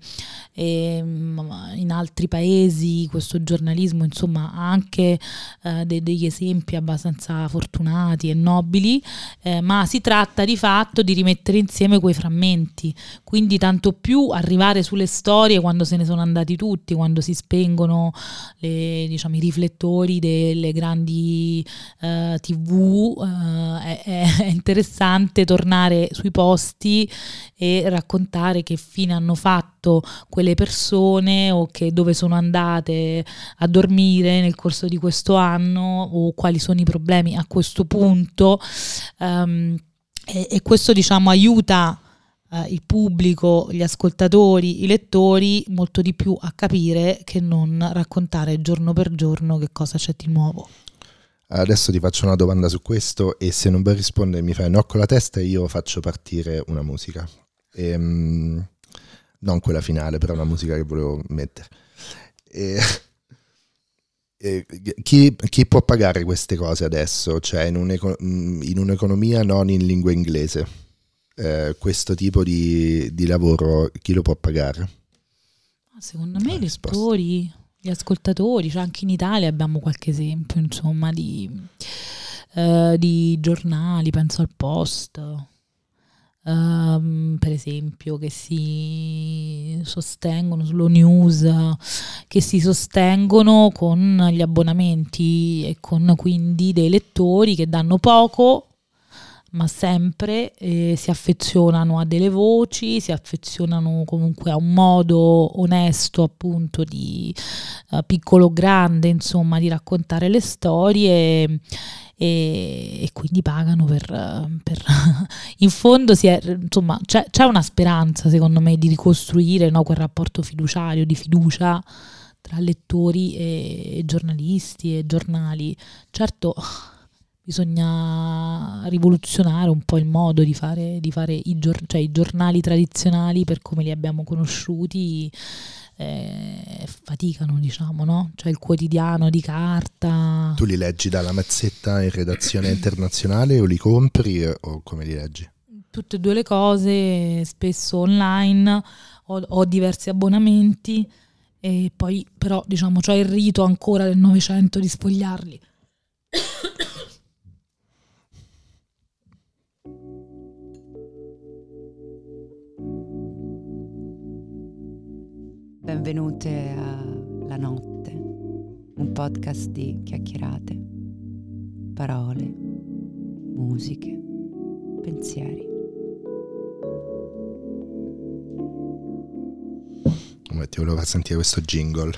E, in altri paesi questo giornalismo, insomma, ha anche eh, de- degli esempi abbastanza fortunati e nobili, eh, ma si tratta di fatto di rimettere insieme quei frammenti, quindi tanto più arrivare sulle storie quando se ne sono andati tutti, quando si spengono le, diciamo, i riflettori delle grandi eh, tivù, eh, è, è interessante tornare sui posti e raccontare che fine hanno fatto quelle persone, o che dove sono andate a dormire nel corso di questo anno, o quali sono i problemi a questo punto, um, e, e questo, diciamo, aiuta uh, il pubblico, gli ascoltatori, i lettori molto di più a capire che non raccontare giorno per giorno che cosa c'è di nuovo. Adesso ti faccio una domanda su questo, e se non vuoi rispondere mi fai no con la testa e io faccio partire una musica. Ehm, non quella finale, però una musica che volevo mettere. E, e, chi, chi può pagare queste cose adesso? Cioè in, un, in un'economia non in lingua inglese, eh, questo tipo di, di lavoro chi lo può pagare? Secondo me i lettori, gli ascoltatori, cioè anche in Italia abbiamo qualche esempio, insomma, di, eh, di giornali, penso al Post, Uh, per esempio, che si sostengono, Slow News, che si sostengono con gli abbonamenti e con quindi dei lettori che danno poco ma sempre eh, si affezionano a delle voci, si affezionano comunque a un modo onesto, appunto, di uh, piccolo o grande, insomma, di raccontare le storie. E, e quindi pagano per, per in fondo si è, insomma, c'è, c'è una speranza, secondo me, di ricostruire, no, quel rapporto fiduciario, di fiducia tra lettori e, e giornalisti e giornali. Certo, bisogna rivoluzionare un po' il modo di fare, di fare i, gior- cioè i giornali tradizionali per come li abbiamo conosciuti. Eh, faticano, diciamo, no? Cioè il quotidiano di carta. Tu li leggi dalla Mazzetta in redazione internazionale o li compri, o come li leggi? Tutte e due le cose, spesso online, ho, ho diversi abbonamenti, e poi però, diciamo, c'ho il rito ancora del Novecento di sfogliarli. Benvenute a La Notte, un podcast di chiacchierate, parole, musiche, pensieri. Ti volevo far sentire questo jingle.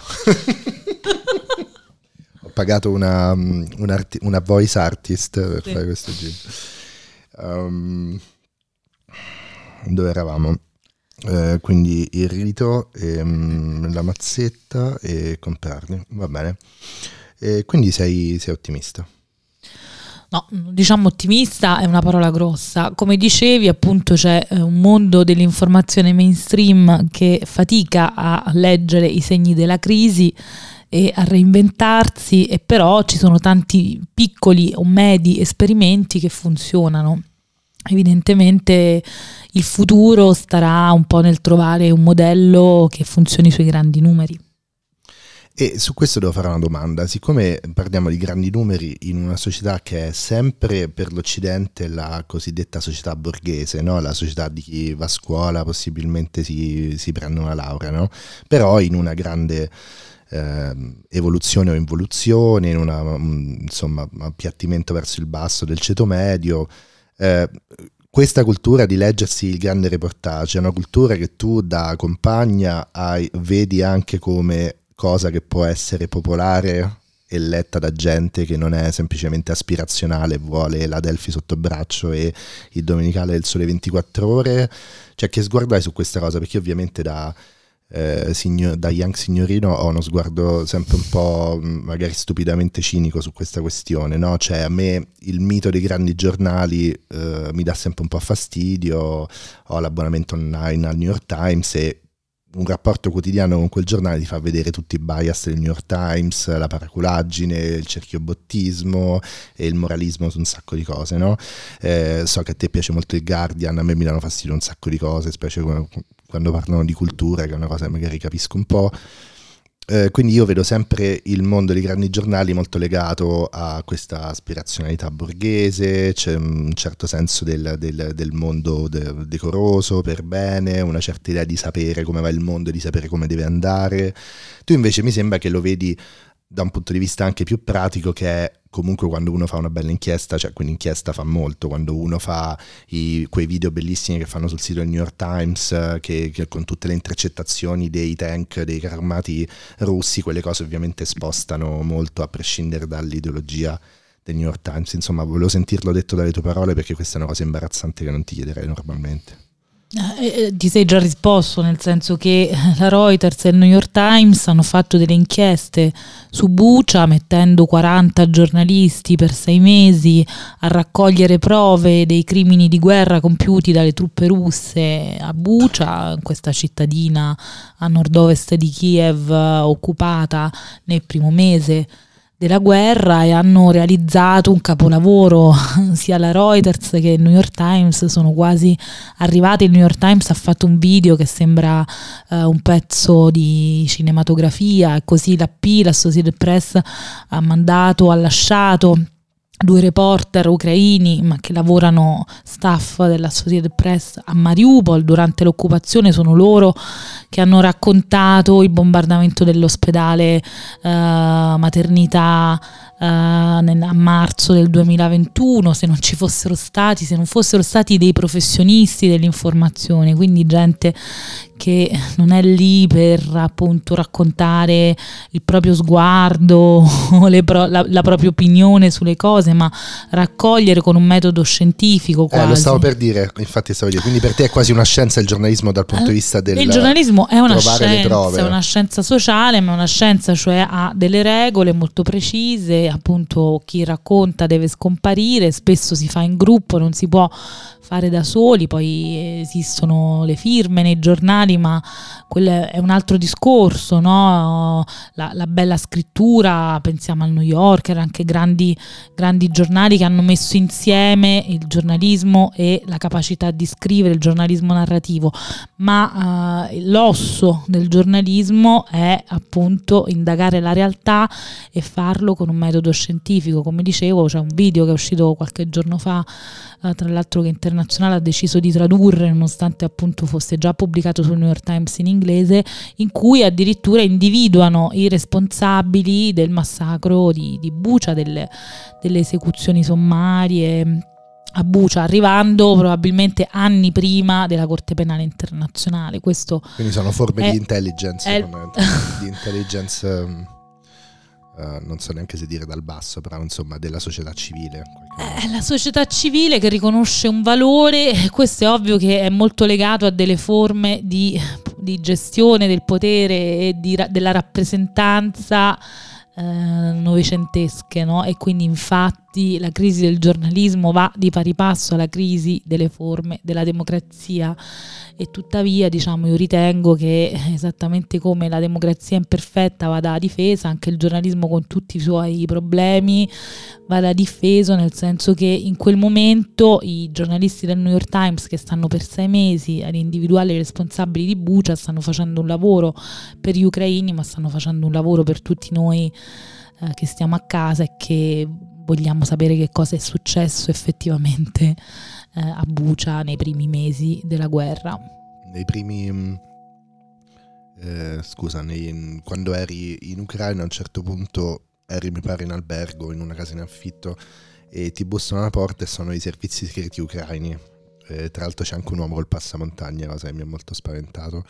Ho pagato una, una, arti- una voice artist per sì. fare questo jingle. Um, dove eravamo? Eh, quindi il rito, ehm, la mazzetta e comprarli, va bene. E quindi sei, sei ottimista? No, diciamo ottimista è una parola grossa. Come dicevi, appunto, c'è un mondo dell'informazione mainstream che fatica a leggere i segni della crisi e a reinventarsi, e però ci sono tanti piccoli o medi esperimenti che funzionano. Evidentemente il futuro starà un po' nel trovare un modello che funzioni sui grandi numeri. E su questo devo fare una domanda, siccome parliamo di grandi numeri in una società che è sempre per l'Occidente la cosiddetta società borghese, no? La società di chi va a scuola, possibilmente si, si prende una laurea, no? Però in una grande eh, evoluzione o involuzione, in una, insomma, un appiattimento verso il basso del ceto medio, eh, questa cultura di leggersi il grande reportage è una cultura che tu da compagna hai, vedi anche come cosa che può essere popolare e letta da gente che non è semplicemente aspirazionale, vuole la Delphi sotto braccio e il domenicale del Sole ventiquattro ore. Cioè, che sguardo hai su questa cosa? Perché ovviamente da, eh, signor, da young signorino ho uno sguardo sempre un po' magari stupidamente cinico su questa questione, no? Cioè, a me il mito dei grandi giornali eh, mi dà sempre un po' fastidio, ho l'abbonamento online al New York Times e un rapporto quotidiano con quel giornale ti fa vedere tutti i bias del New York Times, la paraculaggine, il cerchiobottismo e il moralismo su un sacco di cose, no? Eh, so che a te piace molto il Guardian, a me mi danno fastidio un sacco di cose, specie quando parlano di cultura, che è una cosa che magari capisco un po'. Eh, quindi io vedo sempre il mondo dei grandi giornali molto legato a questa aspirazionalità borghese, c'è un certo senso del, del, del mondo de- decoroso, per bene, una certa idea di sapere come va il mondo e di sapere come deve andare. Tu invece mi sembra che lo vedi da un punto di vista anche più pratico, che è comunque quando uno fa una bella inchiesta, cioè quell'inchiesta fa molto, quando uno fa i, quei video bellissimi che fanno sul sito del New York Times, che, che con tutte le intercettazioni dei tank, dei carri armati russi, quelle cose ovviamente spostano molto a prescindere dall'ideologia del New York Times. Insomma, volevo sentirlo detto dalle tue parole, perché questa è una cosa imbarazzante che non ti chiederei normalmente. Eh, ti sei già risposto, nel senso che la Reuters e il New York Times hanno fatto delle inchieste su Bucha, mettendo quaranta giornalisti per sei mesi a raccogliere prove dei crimini di guerra compiuti dalle truppe russe a Bucha, questa cittadina a nord-ovest di Kiev occupata nel primo mese della guerra, e hanno realizzato un capolavoro. Sia la Reuters che il New York Times sono quasi arrivati. Il New York Times ha fatto un video che sembra uh, un pezzo di cinematografia, e così l'A P, l'Associated Press, ha mandato, ha lasciato due reporter ucraini, ma che lavorano, staff dell'Associated Press, a Mariupol durante l'occupazione. Sono loro che hanno raccontato il bombardamento dell'ospedale uh, maternità uh, nel, a marzo del duemilaventuno. Se non ci fossero stati, se non fossero stati dei professionisti dell'informazione, quindi gente che non è lì per appunto raccontare il proprio sguardo o le pro- la, la propria opinione sulle cose, ma raccogliere con un metodo scientifico quasi. Eh, lo stavo per dire, infatti stavo dire, quindi per te è quasi una scienza il giornalismo dal punto di vista del il giornalismo è una scienza, è una scienza sociale, ma è una scienza, cioè ha delle regole molto precise, appunto chi racconta deve scomparire, spesso si fa in gruppo, non si può fare da soli, poi esistono le firme nei giornali, ma quello è un altro discorso, no? La, la bella scrittura, pensiamo al New Yorker, anche grandi, grandi giornali che hanno messo insieme il giornalismo e la capacità di scrivere, il giornalismo narrativo, ma uh, l'osso del giornalismo è appunto indagare la realtà e farlo con un metodo scientifico. Come dicevo, c'è un video che è uscito qualche giorno fa, uh, tra l'altro che Internazionale ha deciso di tradurre, nonostante appunto fosse già pubblicato sul New York Times in inglese, in cui addirittura individuano i responsabili del massacro di, di Bucha, delle, delle esecuzioni sommarie a Bucha, arrivando probabilmente anni prima della Corte Penale Internazionale. Questo quindi sono forme è, di intelligence, è, di intelligence um, uh, non so neanche se dire dal basso, però insomma della società civile. È la società civile che riconosce un valore. Questo è ovvio che è molto legato a delle forme di, di gestione del potere e di, della rappresentanza eh, novecentesche, no? E quindi infatti infatti la crisi del giornalismo va di pari passo alla crisi delle forme della democrazia, e tuttavia diciamo io ritengo che esattamente come la democrazia imperfetta vada difesa, anche il giornalismo con tutti i suoi problemi vada difeso, nel senso che in quel momento i giornalisti del New York Times, che stanno per sei mesi ad individuare i responsabili di Bucha, stanno facendo un lavoro per gli ucraini, ma stanno facendo un lavoro per tutti noi eh, che stiamo a casa e che vogliamo sapere che cosa è successo effettivamente eh, a Bucha nei primi mesi della guerra. Nei primi eh, scusa, nei, quando eri in Ucraina a un certo punto eri mi pare in albergo, in una casa in affitto, e ti bussano alla porta e sono i servizi segreti ucraini. Eh, tra l'altro c'è anche un uomo col passamontagna, cosa che mi ha molto spaventato,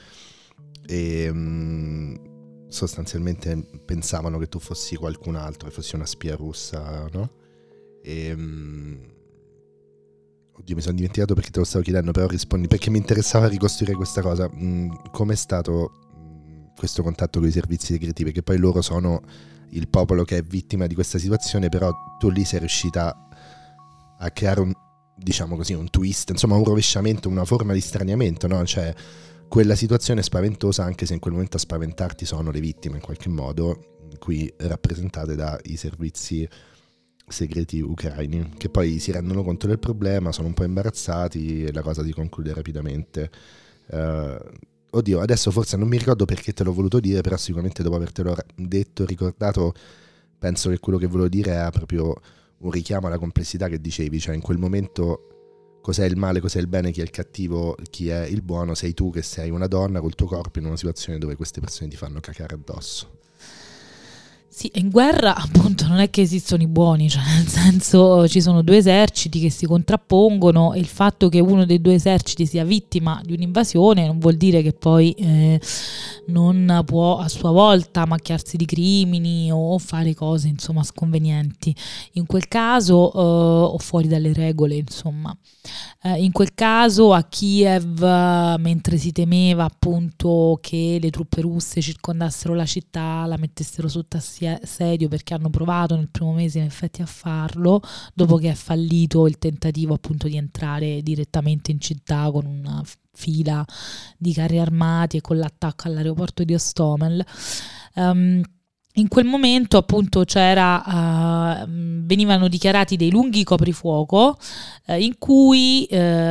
e mh, sostanzialmente pensavano che tu fossi qualcun altro, che fossi una spia russa, no? E mh, oddio, mi sono dimenticato perché te lo stavo chiedendo, però rispondi, perché mi interessava ricostruire questa cosa. Mh, com'è stato mh, questo contatto con i servizi segreti? Perché poi loro sono il popolo che è vittima di questa situazione, però tu lì sei riuscita a creare un, diciamo così, un twist, insomma un rovesciamento, una forma di straniamento, no? Cioè quella situazione è spaventosa, anche se in quel momento a spaventarti sono le vittime in qualche modo, qui rappresentate dai servizi segreti ucraini, che poi si rendono conto del problema, sono un po' imbarazzati e la cosa si conclude rapidamente. Uh, oddio, adesso forse non mi ricordo perché te l'ho voluto dire, però sicuramente dopo avertelo detto, ricordato, penso che quello che volevo dire era proprio un richiamo alla complessità che dicevi, cioè in quel momento cos'è il male, cos'è il bene, chi è il cattivo, chi è il buono, sei tu che sei una donna col tuo corpo in una situazione dove queste persone ti fanno cacare addosso. Sì, in guerra appunto non è che esistono i buoni, cioè nel senso ci sono due eserciti che si contrappongono, e il fatto che uno dei due eserciti sia vittima di un'invasione non vuol dire che poi eh, non può a sua volta macchiarsi di crimini o fare cose insomma sconvenienti, in quel caso eh, o fuori dalle regole insomma. Eh, in quel caso a Kiev, mentre si temeva appunto che le truppe russe circondassero la città, la mettessero sotto assedio, perché hanno provato nel primo mese in effetti a farlo, dopo che è fallito il tentativo appunto di entrare direttamente in città con una fila di carri armati e con l'attacco all'aeroporto di Ostomel. Um, In quel momento appunto c'era, uh, venivano dichiarati dei lunghi coprifuoco uh, in cui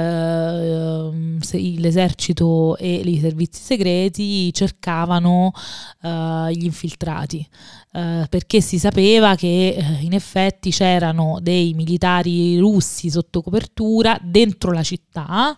uh, se, l'esercito e i servizi segreti cercavano uh, gli infiltrati, uh, perché si sapeva che uh, in effetti c'erano dei militari russi sotto copertura dentro la città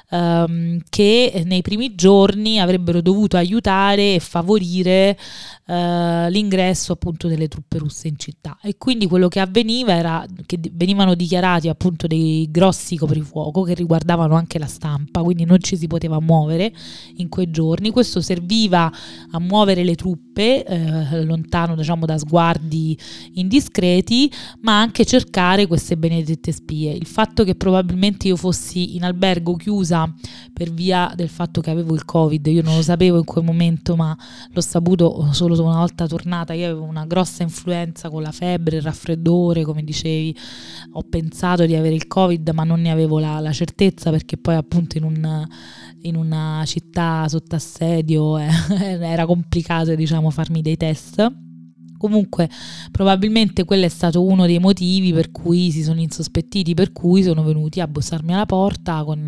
um, che nei primi giorni avrebbero dovuto aiutare e favorire Uh, l'ingresso appunto delle truppe russe in città, e quindi quello che avveniva era che venivano dichiarati appunto dei grossi coprifuoco che riguardavano anche la stampa, quindi non ci si poteva muovere in quei giorni. Questo serviva a muovere le truppe eh, lontano diciamo da sguardi indiscreti, ma anche cercare queste benedette spie. Il fatto che probabilmente io fossi in albergo chiusa per via del fatto che avevo il Covid, io non lo sapevo in quel momento, ma l'ho saputo solo una volta tornata. Io avevo una grossa influenza con la febbre, il raffreddore, come dicevi, ho pensato di avere il Covid ma non ne avevo la, la certezza, perché poi appunto in, un, in una città sotto assedio eh, era complicato diciamo farmi dei test. Comunque probabilmente quello è stato uno dei motivi per cui si sono insospettiti, per cui sono venuti a bussarmi alla porta con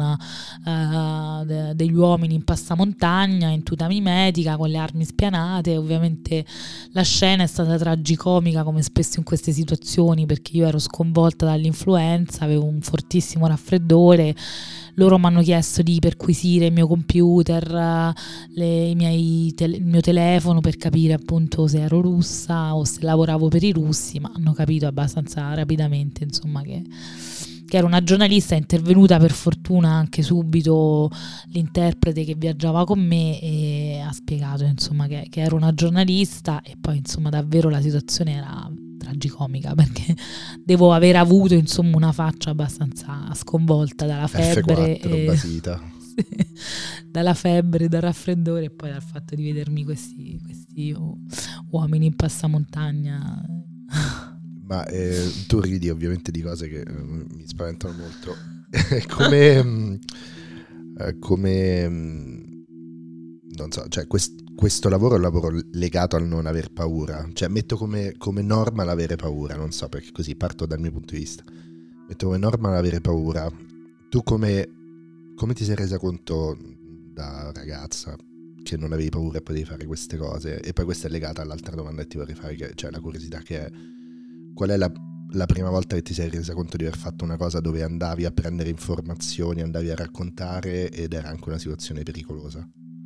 uh, de- degli uomini in passamontagna, in tuta mimetica, con le armi spianate. Ovviamente la scena è stata tragicomica, come spesso in queste situazioni, perché io ero sconvolta dall'influenza, avevo un fortissimo raffreddore. Loro mi hanno chiesto di perquisire il mio computer, le, i miei te- il mio telefono, per capire appunto se ero russa o se lavoravo per i russi, ma hanno capito abbastanza rapidamente insomma che, che ero una giornalista. È intervenuta per fortuna anche subito l'interprete che viaggiava con me e ha spiegato insomma che, che ero una giornalista, e poi insomma davvero la situazione era tragicomica, perché devo aver avuto insomma una faccia abbastanza sconvolta dalla febbre F quattro e, basita. sì, dalla febbre, dal raffreddore, e poi dal fatto di vedermi questi, questi uomini in passamontagna. Ma eh, tu ridi ovviamente di cose che eh, mi spaventano molto. come eh, come non so, cioè quest, questo lavoro è un lavoro legato al non aver paura, cioè metto come, come norma l'avere paura, non so, perché così parto dal mio punto di vista, metto come norma l'avere paura. Tu come, come ti sei resa conto da ragazza che non avevi paura e potevi fare queste cose? E poi questa è legata all'altra domanda che ti vorrei fare, che, cioè la curiosità, che è: qual è la, la prima volta che ti sei resa conto di aver fatto una cosa dove andavi a prendere informazioni, andavi a raccontare ed era anche una situazione pericolosa?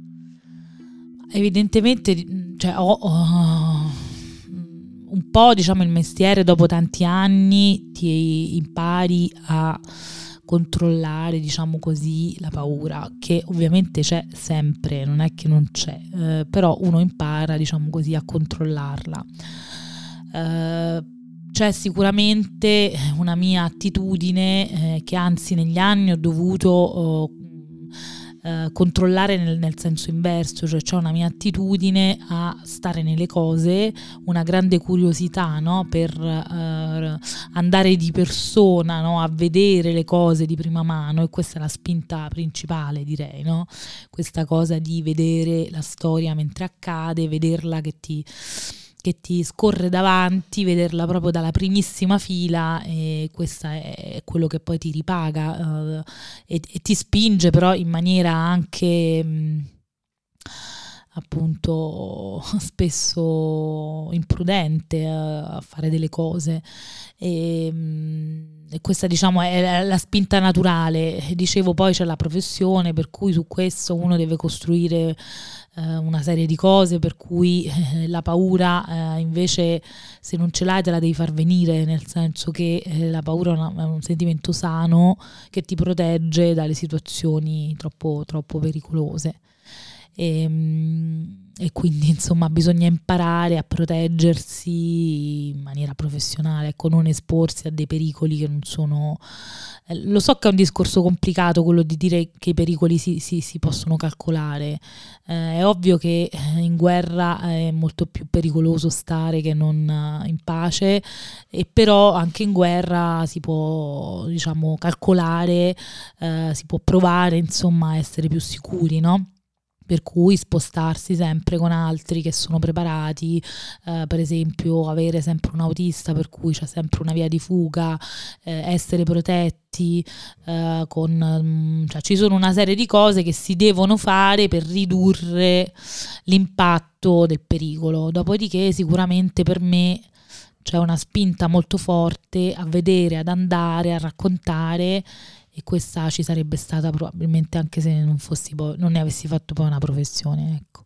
Evidentemente, cioè, ho, ho un po', diciamo, il mestiere, dopo tanti anni ti impari a controllare, diciamo così, la paura, che ovviamente c'è sempre, non è che non c'è, eh, però uno impara, diciamo così, a controllarla. Eh, c'è sicuramente una mia attitudine eh, che anzi negli anni ho dovuto eh, Uh, controllare nel, nel senso inverso, cioè c'è una mia attitudine a stare nelle cose, una grande curiosità, no? Per uh, andare di persona, no? A vedere le cose di prima mano, e questa è la spinta principale, direi, no? Questa cosa di vedere la storia mentre accade, vederla che ti che ti scorre davanti, vederla proprio dalla primissima fila, e questo è quello che poi ti ripaga uh, e, e ti spinge però in maniera anche mh, appunto spesso imprudente uh, a fare delle cose, e, mh, e questa, diciamo, è la spinta naturale. Dicevo, poi c'è la professione, per cui su questo uno deve costruire una serie di cose, per cui eh, la paura eh, invece, se non ce l'hai, te la devi far venire, nel senso che eh, la paura è, una, è un sentimento sano che ti protegge dalle situazioni troppo, troppo pericolose, e, e quindi insomma bisogna imparare a proteggersi in maniera professionale, ecco, non esporsi a dei pericoli che non sono... Lo so che è un discorso complicato quello di dire che i pericoli si, si, si possono calcolare, eh, è ovvio che in guerra è molto più pericoloso stare che non in pace, e però anche in guerra si può, diciamo, calcolare, eh, si può provare insomma a essere più sicuri, no? Per cui spostarsi sempre con altri che sono preparati, eh, per esempio avere sempre un autista per cui c'è sempre una via di fuga, eh, essere protetti, eh, con, cioè, ci sono una serie di cose che si devono fare per ridurre l'impatto del pericolo. Dopodiché sicuramente per me c'è una spinta molto forte a vedere, ad andare, a raccontare, e questa ci sarebbe stata probabilmente anche se non fossi poi, non ne avessi fatto poi una professione, ecco.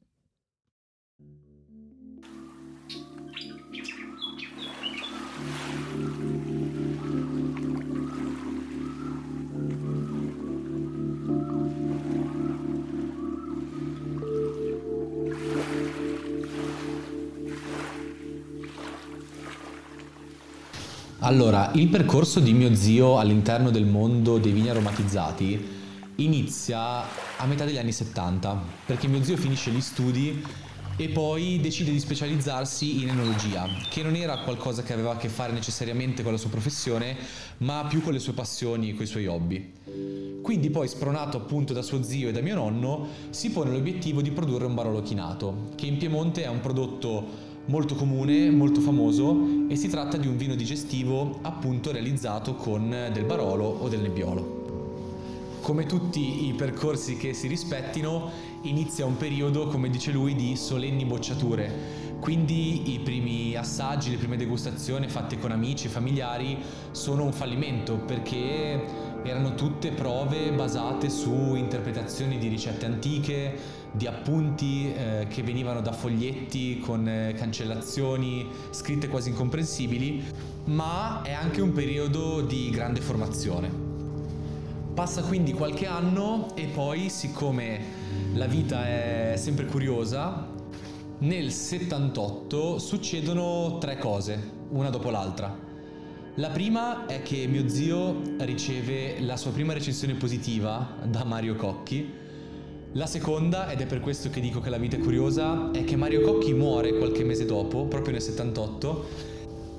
Allora, il percorso di mio zio all'interno del mondo dei vini aromatizzati inizia a metà degli anni settanta, perché mio zio finisce gli studi e poi decide di specializzarsi in enologia, che non era qualcosa che aveva a che fare necessariamente con la sua professione, ma più con le sue passioni e con i suoi hobby. Quindi poi, spronato appunto da suo zio e da mio nonno, si pone l'obiettivo di produrre un Barolo chinato, che in Piemonte è un prodotto molto comune, molto famoso, e si tratta di un vino digestivo appunto realizzato con del Barolo o del Nebbiolo. Come tutti i percorsi che si rispettino, inizia un periodo, come dice lui, di solenni bocciature. Quindi i primi assaggi, le prime degustazioni fatte con amici e familiari sono un fallimento, perché erano tutte prove basate su interpretazioni di ricette antiche, di appunti eh, che venivano da foglietti con eh, cancellazioni scritte quasi incomprensibili, ma è anche un periodo di grande formazione. Passa quindi qualche anno e poi, siccome la vita è sempre curiosa, nel settantotto succedono tre cose, una dopo l'altra. La prima è che mio zio riceve la sua prima recensione positiva da Mario Cocchi. La seconda, ed è per questo che dico che la vita è curiosa, è che Mario Cocchi muore qualche mese dopo, proprio nel settantotto,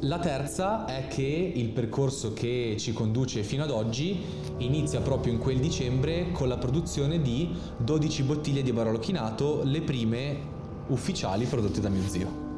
La terza è che il percorso che ci conduce fino ad oggi inizia proprio in quel dicembre con la produzione di dodici bottiglie di Barolo Chinato, le prime ufficiali prodotte da mio zio.